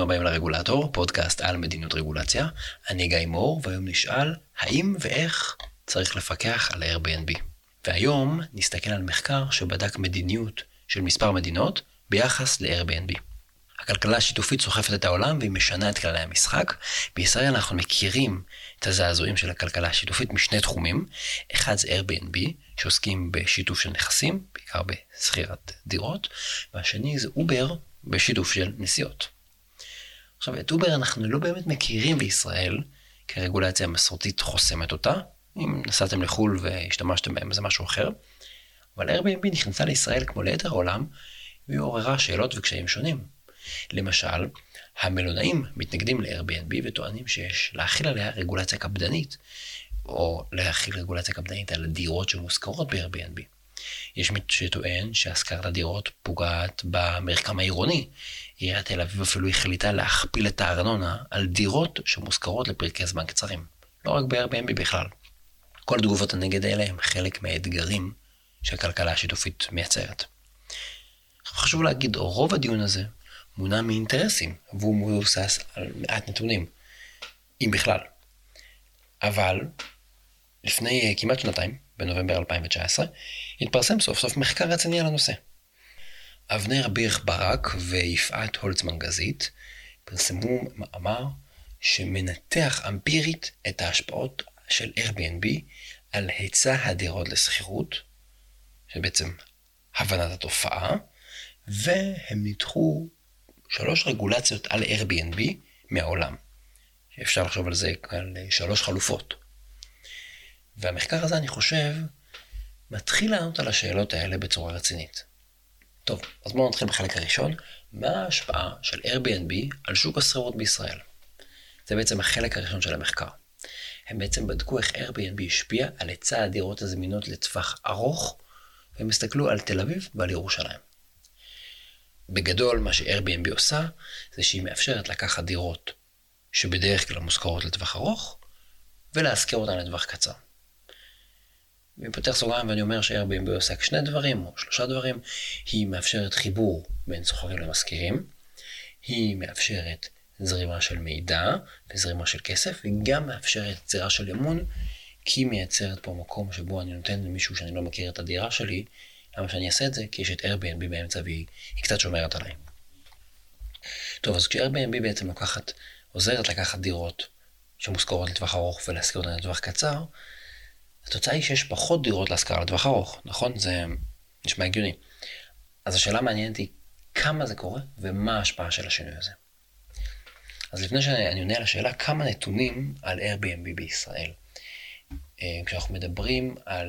ברוכים הבאים לרגולטור, פודקאסט על מדיניות רגולציה. אני גיא מור, והיום נשאל האם ואיך צריך לפקח על Airbnb. והיום נסתכל על מחקר שבדק מדיניות של מספר מדינות ביחס ל-Airbnb. הכלכלה השיתופית סוחפת את העולם והיא משנה את כללי המשחק. בישראל אנחנו מכירים את הזעזועים של הכלכלה השיתופית משני תחומים. אחד זה Airbnb, שעוסקים בשיתוף של נכסים, בעיקר בסחירת דירות, והשני זה אובר, בשיתוף של נסיעות. עכשיו, את אובר אנחנו לא באמת מכירים בישראל, כי הרגולציה המסורתית חוסמת אותה. אם נסעתם לחול והשתמשתם בהם, זה משהו אחר. אבל Airbnb נכנסה לישראל כמו ליתר העולם, והיא עוררה שאלות וקשיים שונים. למשל, המלונאים מתנגדים ל-Airbnb וטוענים שיש להכיל עליה רגולציה קפדנית, או להכיל רגולציה קפדנית על הדירות שמוזכרות ב-Airbnb. יש מי שטוען שהשכרת הדירות פוגעת במרקם העירוני. עיריית תל אביב אפילו החליטה להכפיל את הארנונה על דירות שמוזכרות לפרקי זמן קצרים. לא רק ב-Airbnb בכלל. כל תגובות הנגד האלה הם חלק מהאתגרים שהכלכלה השיתופית מייצרת. חשוב להגיד, רוב הדיון הזה מונע מאינטרסים, והוא מבוסס על מעט נתונים, אם בכלל. אבל לפני כמעט שנתיים, בנובמבר 2019, התפרסם סוף סוף מחקר רציני על הנושא. אבנר בירך ברק ויפעת הולצמן גזית פרסמו מאמר שמנתח אמפירית את ההשפעות של Airbnb על היצע הדירות לשכירות, שבעצם הבנת התופעה, והם ניתחו 3 רגולציות על Airbnb מהעולם. אפשר לחשוב על זה על 3 חלופות. והמחקר הזה, אני חושב, מתחיל לענות על השאלות האלה בצורה רצינית. טוב, אז בואו נתחיל בחלק הראשון. מה ההשפעה של Airbnb על שוק השכירות בישראל? זה בעצם החלק הראשון של המחקר. הם בעצם בדקו איך Airbnb השפיע על היצע הדירות הזמינות לטווח ארוך, והם הסתכלו על תל אביב ועל ירושלים. בגדול, מה ש-Airbnb עושה, זה שהיא מאפשרת לקחת דירות שבדרך כלל מושכרות לטווח ארוך, ולהשכיר אותן לטווח קצר. אני פותח סוגריים ואני אומר ש-Airbnb עושה 2 דברים או 3 דברים. היא מאפשרת חיבור בין סוחרים למשכירים, היא מאפשרת זרימה של מידע וזרימה של כסף, והיא גם מאפשרת יצירה של אמון, כי היא מייצרת פה מקום שבו אני נותן למישהו שאני לא מכיר את הדירה שלי. למה שאני אעשה את זה? כי יש את Airbnb באמצע והיא קצת שומרת עליי. טוב, אז כש-Airbnb בעצם עוזרת לקחת דירות שמושכרות לטווח ארוך ולהשכיר אותן לטווח קצר, התוצאה היא שיש פחות דירות להשכרה לטווח ארוך, נכון? זה נשמע הגיוני. אז השאלה מעניינת היא כמה זה קורה ומה ההשפעה של השינוי הזה. אז לפני שאני עונה על השאלה, כמה נתונים על Airbnb בישראל. כשאנחנו מדברים על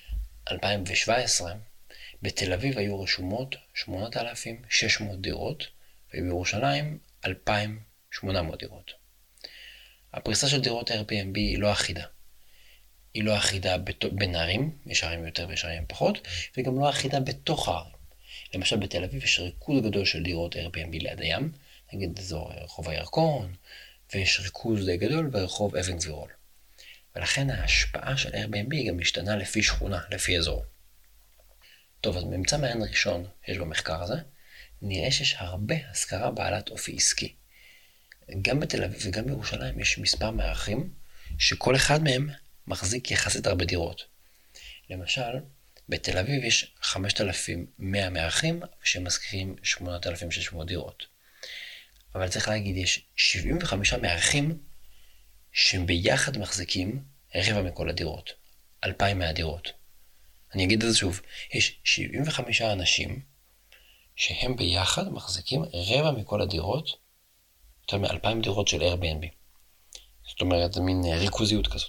2017, בתל אביב היו רשומות 8,600 דירות, ובירושלים 2,800 דירות. הפריסה של דירות Airbnb היא לא אחידה. היא לא אחידה בין ערים, יש ערים יותר ויש ערים פחות, וגם לא אחידה בתוך הערים. למשל בתל אביב יש ריכוז גדול של דירות Airbnb ליד הים, נגיד אזור רחוב הירקון, ויש ריכוז די גדול ברחוב אבן גבירול. ולכן ההשפעה של Airbnb גם משתנה לפי שכונה, לפי אזור. טוב, אז ממצא מעניין ראשון יש במחקר הזה, נראה שיש הרבה השכרה בעלת אופי עסקי. גם בתל אביב וגם בירושלים יש מספר מארחים, שכל אחד מהם מחזיק יחסית הרבה דירות. למשל, בתל אביב יש 5,100 מארחים שמשכירים 8,600 דירות. אבל צריך להגיד, יש 75 מארחים שהם ביחד מחזיקים רבע מכל הדירות, 2,100 דירות. אני אגיד את זה שוב, יש 75 אנשים שהם ביחד מחזיקים רבע מכל הדירות, יותר מ-2,000 דירות של Airbnb. זאת אומרת, זה מין ריכוזיות כזאת.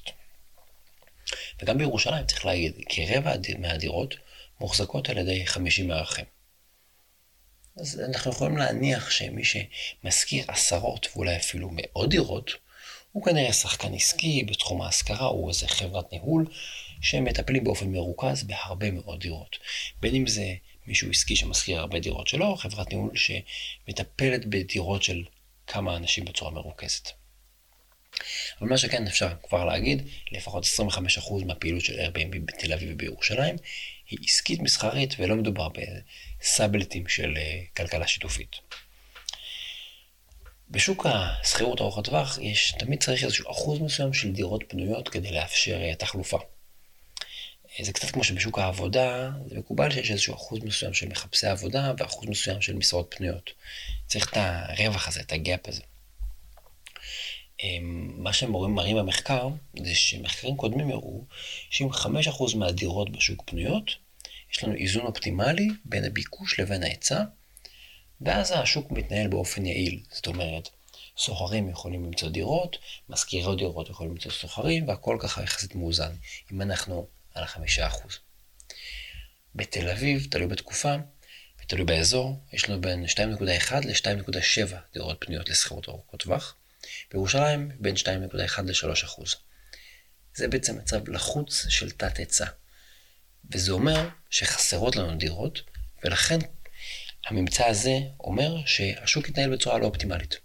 וגם בירושלים צריך להגיד, כרבע מהדירות מוחזקות על ידי 50 מארחים. אז אנחנו יכולים להניח שמי שמשכיר 10 ואולי אפילו 100 דירות, הוא כנראה שחקן עסקי בתחום ההשכרה, הוא איזה חברת ניהול שמטפלים באופן מרוכז בהרבה מאוד דירות. בין אם זה מישהו עסקי שמשכיר הרבה דירות שלו, או חברת ניהול שמטפלת בדירות של כמה אנשים בצורה מרוכזת. אבל מה שכן אפשר כבר להגיד, לפחות 25% מהפעילות של Airbnb בתל אביב ובירושלים היא עסקית מסחרית ולא מדובר בסאבלטים של כלכלה שיתופית. בשוק השכירות ארוכת טווח תמיד צריך איזשהו אחוז מסוים של דירות פנויות כדי לאפשר תחלופה. זה קצת כמו שבשוק העבודה, זה מקובל שיש איזשהו אחוז מסוים של מחפשי עבודה ואחוז מסוים של משרות פנויות. צריך את הרווח הזה, את הגאפ הזה. מה שהם מראים במחקר, זה שמחקרים קודמים הראו שאם 5% מהדירות בשוק פנויות, יש לנו איזון אופטימלי בין הביקוש לבין ההיצע, ואז השוק מתנהל באופן יעיל. זאת אומרת, סוחרים יכולים למצוא דירות, משכירי דירות יכולים למצוא סוחרים, והכל ככה יחסית מאוזן, אם אנחנו על 5%. בתל אביב, תלוי בתקופה, ותלוי באזור, יש לנו בין 2.1 ל-2.7 דירות פנויות לשכירות ארוכות טווח, בירושלים בין 2.1 ל-3%. זה בעצם מצב לחוץ של תת היצע. וזה אומר שחסרות לנו דירות, ולכן הממצא הזה אומר שהשוק יתנהל בצורה לא אופטימלית.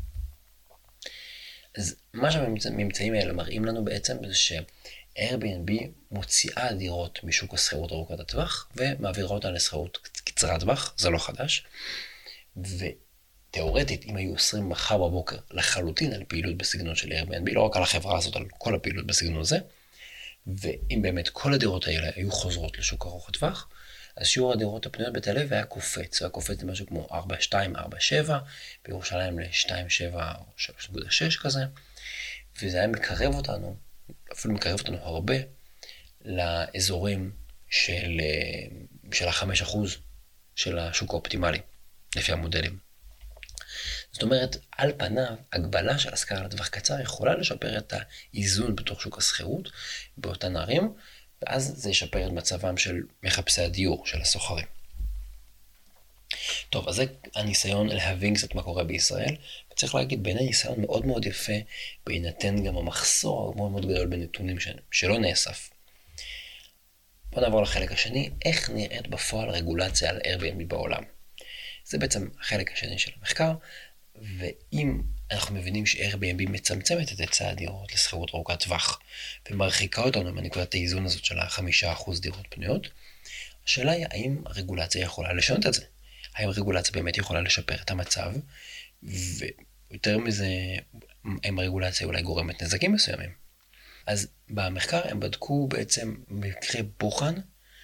אז מה שהממצאים האלה מראים לנו בעצם זה ש-Airbnb מוציאה דירות משוק השכירות ארוכת הטווח, ומעבירה אותן לשכירות קצרת טווח, זה לא חדש. ותיאורטית, אם היו אוסרים מחר בבוקר לחלוטין על פעילות בסגנון של Airbnb, לא רק על החברה הזאת, על כל הפעילות בסגנון הזה, ואם באמת כל הדירות האלה היו חוזרות לשוק ארוך הטווח, אז שיעור הדירות הפנויות בתל אביב היה קופץ. הוא היה קופץ למשהו כמו 4.2, 4.7, בירושלים ל-2.7 או 3.6 כזה, וזה היה מקרב אותנו, אפילו מקרב אותנו הרבה, לאזורים של 5% של השוק האופטימלי, לפי המודלים. זאת אומרת, על פניו, הגבלה של השכרה לטווח קצר יכולה לשפר את האיזון בתוך שוק השכירות באותן ערים, ואז זה ישפר את מצבם של מחפשי הדיור, של הסוחרים. טוב, אז זה הניסיון להבין קצת מה קורה בישראל, וצריך להגיד, בעיני ניסיון מאוד מאוד יפה, בהינתן גם המחסור מאוד מאוד גדול בנתונים שלא נאסף. בוא נעבור לחלק השני, איך נראית בפועל רגולציה על Airbnb בעולם. זה בעצם החלק השני של המחקר, ואם אנחנו מבינים ש-Airbnb מצמצמת את היצע הדירות לשכירות ארוכת טווח, ומרחיקה אותנו מנקודת האיזון הזאת של 5% דירות פנויות, השאלה היא האם הרגולציה יכולה לשנות את זה? האם הרגולציה באמת יכולה לשפר את המצב, ויותר מזה, האם הרגולציה אולי גורמת נזקים מסוימים? אז במחקר הם בדקו בעצם מקרה בוחן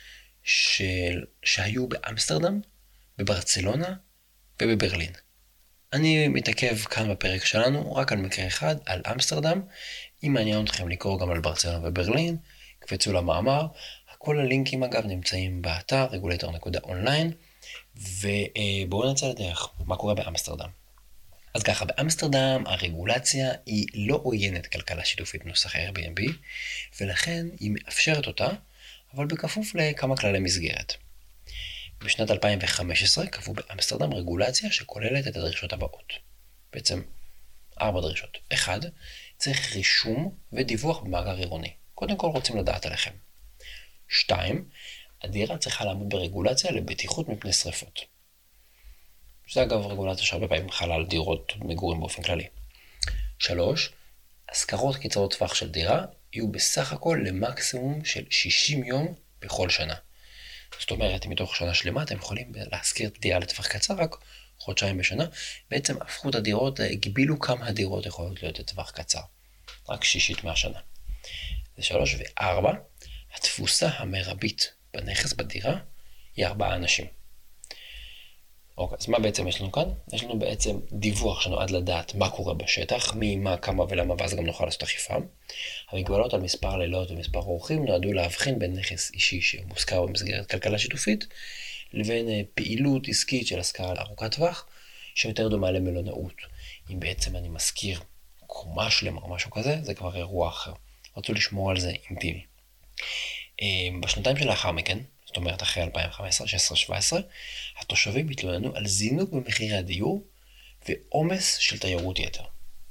שהיו באמסטרדם, בברצלונה ובברלין. אני מתעכב כאן בפרק שלנו רק על מקרה אחד, על אמסטרדם. אם מעניין אתכם לקרוא גם על ברצלונה וברלין, קפצו למאמר. כל הלינקים אגב נמצאים באתר regulator.online, ובואו נצא לדרך מה קורה באמסטרדם. אז ככה, באמסטרדם הרגולציה היא לא עוינת כלכלה שיתופית נוסח Airbnb, ולכן היא מאפשרת אותה, אבל בכפוף לכמה כללי מסגרת. בשנת 2015 קבעו באמסטרדם רגולציה שכוללת את הדרישות הבאות. בעצם 4 דרישות. 1. צריך רישום ודיווח במאגר עירוני. קודם כל רוצים לדעת עליכם. 2. הדירה צריכה לעמוד ברגולציה לבטיחות מפני שריפות. זה אגב רגולציה שהרבה פעמים חלה על דירות מגורים באופן כללי. 3. השכרות קצרות טווח של דירה יהיו בסך הכל למקסימום של 60 יום בכל שנה. זאת אומרת, מתוך שנה שלמה אתם יכולים להשכיר את הדירה לטווח קצר, רק חודשיים בשנה. בעצם הפכו את הדירות, הגבילו כמה הדירות יכולות להיות לטווח קצר. רק 1/6 מהשנה. זה 3 ו-4. התפוסה המרבית בנכס בדירה היא 4 אנשים. אוקיי, אז מה בעצם יש לנו כאן? יש לנו בעצם דיווח שנועד לדעת מה קורה בשטח, מי, מה, כמה ולמה, ואז גם נוכל לעשות אכיפה. המגבלות על מספר לילות ומספר אורחים נועדו להבחין בין נכס אישי שמושכר במסגרת כלכלה שיתופית, לבין פעילות עסקית של השכרה לארוכת טווח, שיותר דומה למלונאות. אם בעצם אני מזכיר קומה שלמה או משהו כזה, זה כבר אירוע אחר. רצו לשמור על זה אינטימי. בשנתיים שלאחר מכן, זאת אומרת אחרי 2015, 16, 17, התושבים התלוננו על זינוק במחירי הדיור ועומס של תיירות יתר.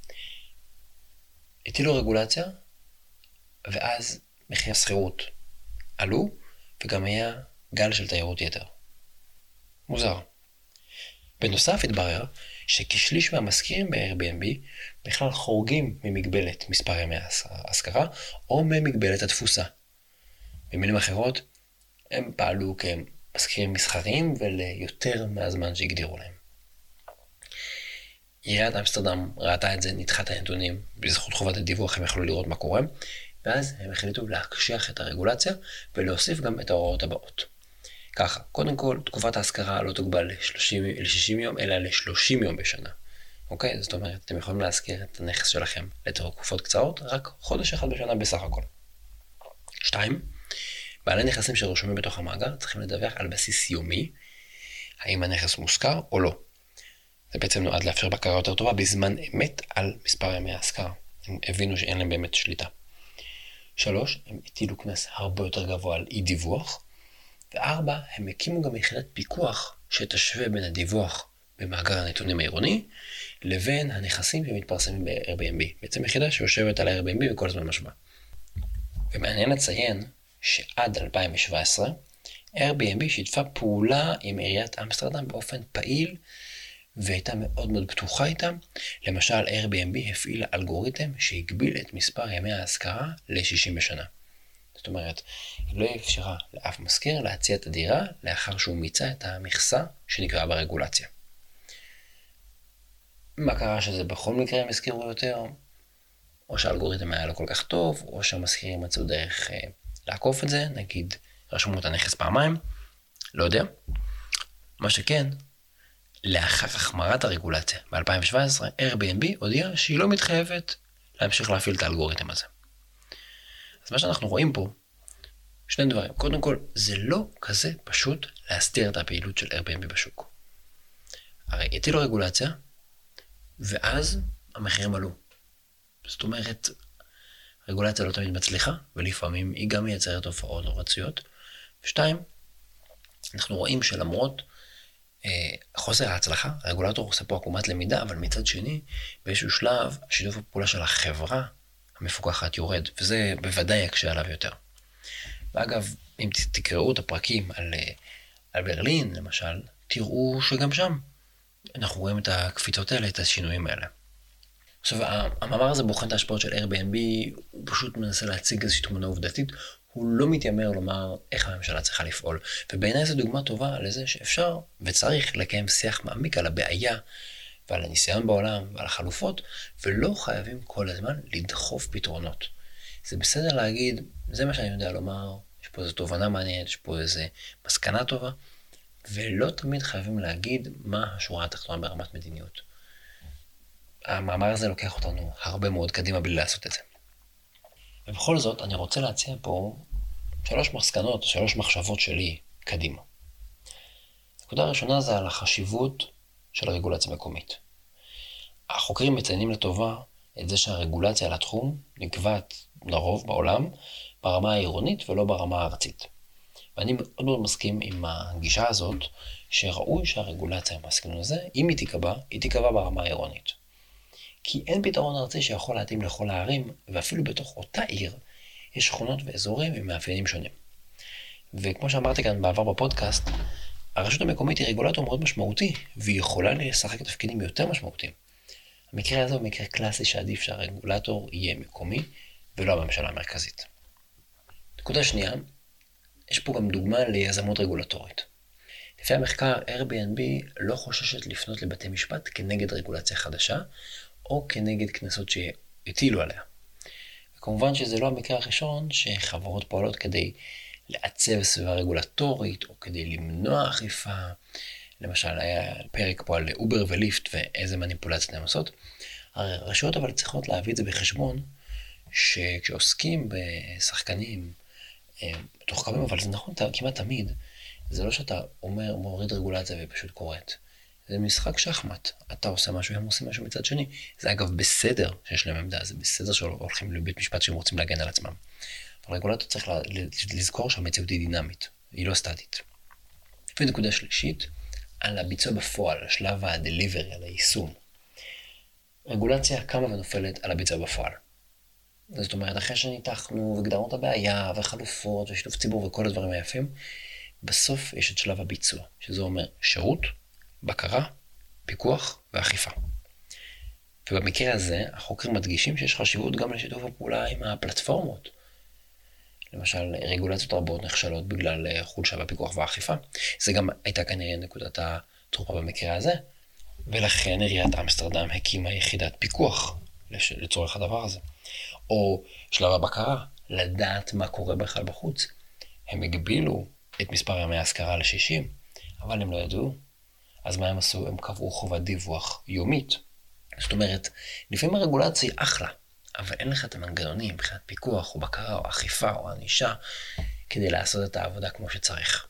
הטילו רגולציה, ואז מחיר השכירות עלו, וגם היה גל של תיירות יתר. מוזר. בנוסף התברר שכשליש מהמשכירים ב-Airbnb בכלל חורגים ממגבלת מספר ימי ההשכרה, או ממגבלת התפוסה. במילים אחרות, הם פעלו כמשכירים מסחריים וליותר מהזמן שהגדירו להם. עיריית אמסטרדם ראתה את זה, ניתחה את הנתונים, בזכות חובת הדיווח הם יכלו לראות מה קורה, ואז הם החליטו להקשיח את הרגולציה ולהוסיף גם את ההוראות הבאות. ככה, קודם כל, תקופת ההשכרה לא תוגבל ל-60 יום, אלא ל-30 יום בשנה. אוקיי? זאת אומרת, אתם יכולים להשכיר את הנכס שלכם לתקופות קצרות, רק חודש אחד בשנה בסך הכל. 2. בעלי נכסים שרשומים בתוך המאגר צריכים לדווח על בסיס יומי, האם הנכס מושכר או לא. זה בעצם נועד לאפשר בקרה יותר טובה בזמן אמת על מספר ימי ההשכרה. הם הבינו שאין להם באמת שליטה. 3. הם הטילו קנס הרבה יותר גבוה על אי דיווח. 4. הם הקימו גם יחידת פיקוח שתשווה בין הדיווח במאגר הנתונים העירוני לבין הנכסים שמתפרסמים ב-Airbnb. בעצם יחידה שיושבת על ה-Airbnb וכל הזמן משווה. ומעניין לציין שעד 2017 Airbnb שיתפה פעולה עם עיריית אמסטרדם באופן פעיל והייתה מאוד מאוד פתוחה איתם. למשל, Airbnb הפעיל אלגוריתם שהגביל את מספר ימי ההשכרה ל-60 בשנה. זאת אומרת, היא לא אפשרה לאף משכיר להציע את הדירה לאחר שהוא מיצה את המכסה שנקראה ברגולציה. מה קרה שזה בכל מקרה הם הזכירו יותר? או שהאלגוריתם היה לא כל כך טוב, או שהמשכירים מצאו דרך לעקוף את זה, נגיד רשמו את הנכס פעמיים, לא יודע. מה שכן, לאחר החמרת הרגולציה ב-2017, Airbnb הודיעה שהיא לא מתחייבת להמשיך להפעיל את האלגוריתם הזה. אז מה שאנחנו רואים פה, שני דברים. קודם כל, זה לא כזה פשוט להסתיר את הפעילות של Airbnb בשוק. הרי הטילו רגולציה, ואז המחירים עלו. זאת אומרת, רגולציה לא תמיד מצליחה, ולפעמים היא גם מייצרת תופעות לא רצויות. 2, אנחנו רואים שלמרות חוסר ההצלחה, הרגולטור עושה פה עקומת למידה, אבל מצד שני, באיזשהו שלב, שיתוף הפעולה של החברה המפוקחת יורד, וזה בוודאי יקשה עליו יותר. ואגב, אם תקראו את הפרקים על ברלין, למשל, תראו שגם שם אנחנו רואים את הקפיצות האלה, את השינויים האלה. עכשיו, המאמר הזה בוחן את ההשפעות של Airbnb, הוא פשוט מנסה להציג איזושהי תמונה עובדתית, הוא לא מתיימר לומר איך הממשלה צריכה לפעול. ובעיניי זו דוגמה טובה לזה שאפשר וצריך לקיים שיח מעמיק על הבעיה ועל הניסיון בעולם ועל החלופות, ולא חייבים כל הזמן לדחוף פתרונות. זה בסדר להגיד, זה מה שאני יודע לומר, יש פה איזו תובנה מעניינת, יש פה איזו מסקנה טובה, ולא תמיד חייבים להגיד מה השורה התחתונה ברמת מדיניות. המאמר הזה לוקח אותנו הרבה מאוד קדימה בלי לעשות את זה. ובכל זאת, אני רוצה להציע פה 3 מסקנות, 3 מחשבות שלי קדימה. הנקודה הראשונה זה על החשיבות של הרגולציה מקומית. החוקרים מציינים לטובה את זה שהרגולציה על התחום נקבעת לרוב בעולם ברמה העירונית ולא ברמה הארצית. ואני מאוד מאוד מסכים עם הגישה הזאת שראוי שהרגולציה מהסגנון הזה, אם היא תיקבע ברמה העירונית. כי אין פתרון ארצי שיכול להתאים לכל הערים, ואפילו בתוך אותה עיר יש שכונות ואזורים עם מאפיינים שונים. וכמו שאמרתי כאן בעבר בפודקאסט, הרשות המקומית היא רגולטור מאוד משמעותי, והיא יכולה לשחק תפקידים יותר משמעותיים. המקרה הזה הוא מקרה קלאסי שעדיף שהרגולטור יהיה מקומי, ולא הממשלה המרכזית. נקודה שנייה, יש פה גם דוגמה ליזמות רגולטורית. לפי המחקר, Airbnb לא חוששת לפנות לבתי משפט כנגד רגולציה חדשה, או כנגד קנסות שהטילו עליה. וכמובן שזה לא המקרה הראשון שחברות פועלות כדי לעצב סביבה רגולטורית, או כדי למנוע אכיפה. למשל, היה פרק פה על אובר וליפט ואיזה מניפולציות הן עושות. הרשויות אבל צריכות להביא את זה בחשבון, שכשעוסקים בשחקנים מתוחכמים, אבל זה נכון כמעט תמיד, זה לא שאתה אומר מוריד רגולציה ופשוט קורית. זה משחק שחמט, אתה עושה משהו, הם עושים משהו מצד שני. זה אגב בסדר שיש להם עמדה, זה בסדר שהולכים לבית משפט שהם רוצים להגן על עצמם. אבל רגולטור צריך לזכור שהמציאות היא דינמית, היא לא סטטית. ונקודה שלישית, על הביצוע בפועל, שלב הדליברי, על היישום. רגולציה קמה ונופלת על הביצוע בפועל. זאת אומרת, אחרי שניתחנו והגדרנו את הבעיה וחלופות ושיתוף ציבור וכל הדברים היפים, בסוף יש את שלב הביצוע, שזה אומר שירות, בקרה, פיקוח ואכיפה. ובמקרה הזה, החוקרים מדגישים שיש חשיבות גם לשיתוף הפעולה עם הפלטפורמות. למשל, רגולציות רבות נכשלות בגלל חולשה בפיקוח והאכיפה. זה גם הייתה כנראה נקודת התרופה במקרה הזה. ולכן עיריית אמסטרדם הקימה יחידת פיקוח לצורך הדבר הזה. או שלב הבקרה, לדעת מה קורה בכלל בחוץ. הם הגבילו את מספר ימי ההשכרה ל-60, אבל הם לא ידעו. אז מה הם עשו? הם קבעו חובת דיווח יומית. זאת אומרת, לפעמים הרגולציה היא אחלה, אבל אין לך את המנגנונים, מבחינת פיקוח או בקרה או אכיפה או ענישה, כדי לעשות את העבודה כמו שצריך.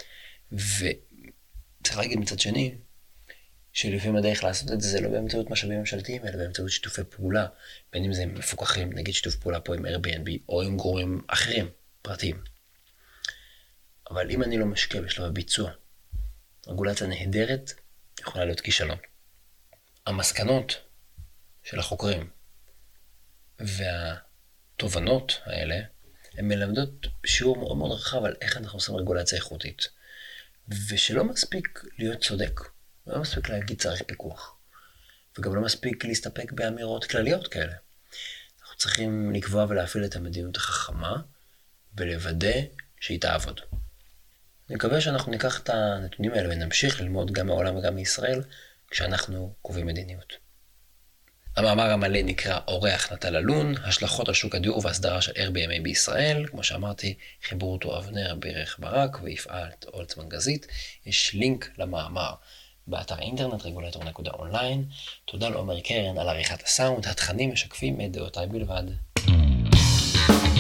וצריך להגיד מצד שני, שלפעמים הדרך לעשות את זה, זה לא באמצעות משאבים ממשלתיים, אלא באמצעות שיתופי פעולה, בין אם זה מפוקחים, נגיד שיתוף פעולה פה עם Airbnb, או עם גורמים אחרים, פרטיים. אבל אם אני לא משקיע בשלב הביצוע, רגולציה נהדרת יכולה להיות כישלון. המסקנות של החוקרים והתובנות האלה, הן מלמדות שיעור מאוד מאוד רחב על איך אנחנו עושים רגולציה איכותית. ושלא מספיק להיות צודק, לא מספיק להגיד צריך פיקוח. וגם לא מספיק להסתפק באמירות כלליות כאלה. אנחנו צריכים לקבוע ולהפעיל את המדיניות החכמה, ולוודא שהיא תעבוד. אני מקווה שאנחנו ניקח את הנתונים האלה ונמשיך ללמוד גם מהעולם וגם מישראל, כשאנחנו קובעים מדיניות. המאמר המלא נקרא אורח נטל אלון, השלכות על שוק הדיור והסדרה של Airbnb בישראל. כמו שאמרתי, חיברו אותו אבנר בירך ברק ויפעת הולצמן גזית. יש לינק למאמר באתר אינטרנט רגולטור.אונליין. תודה לעומר קרן על עריכת הסאונד, התכנים משקפים את דעותיי בלבד.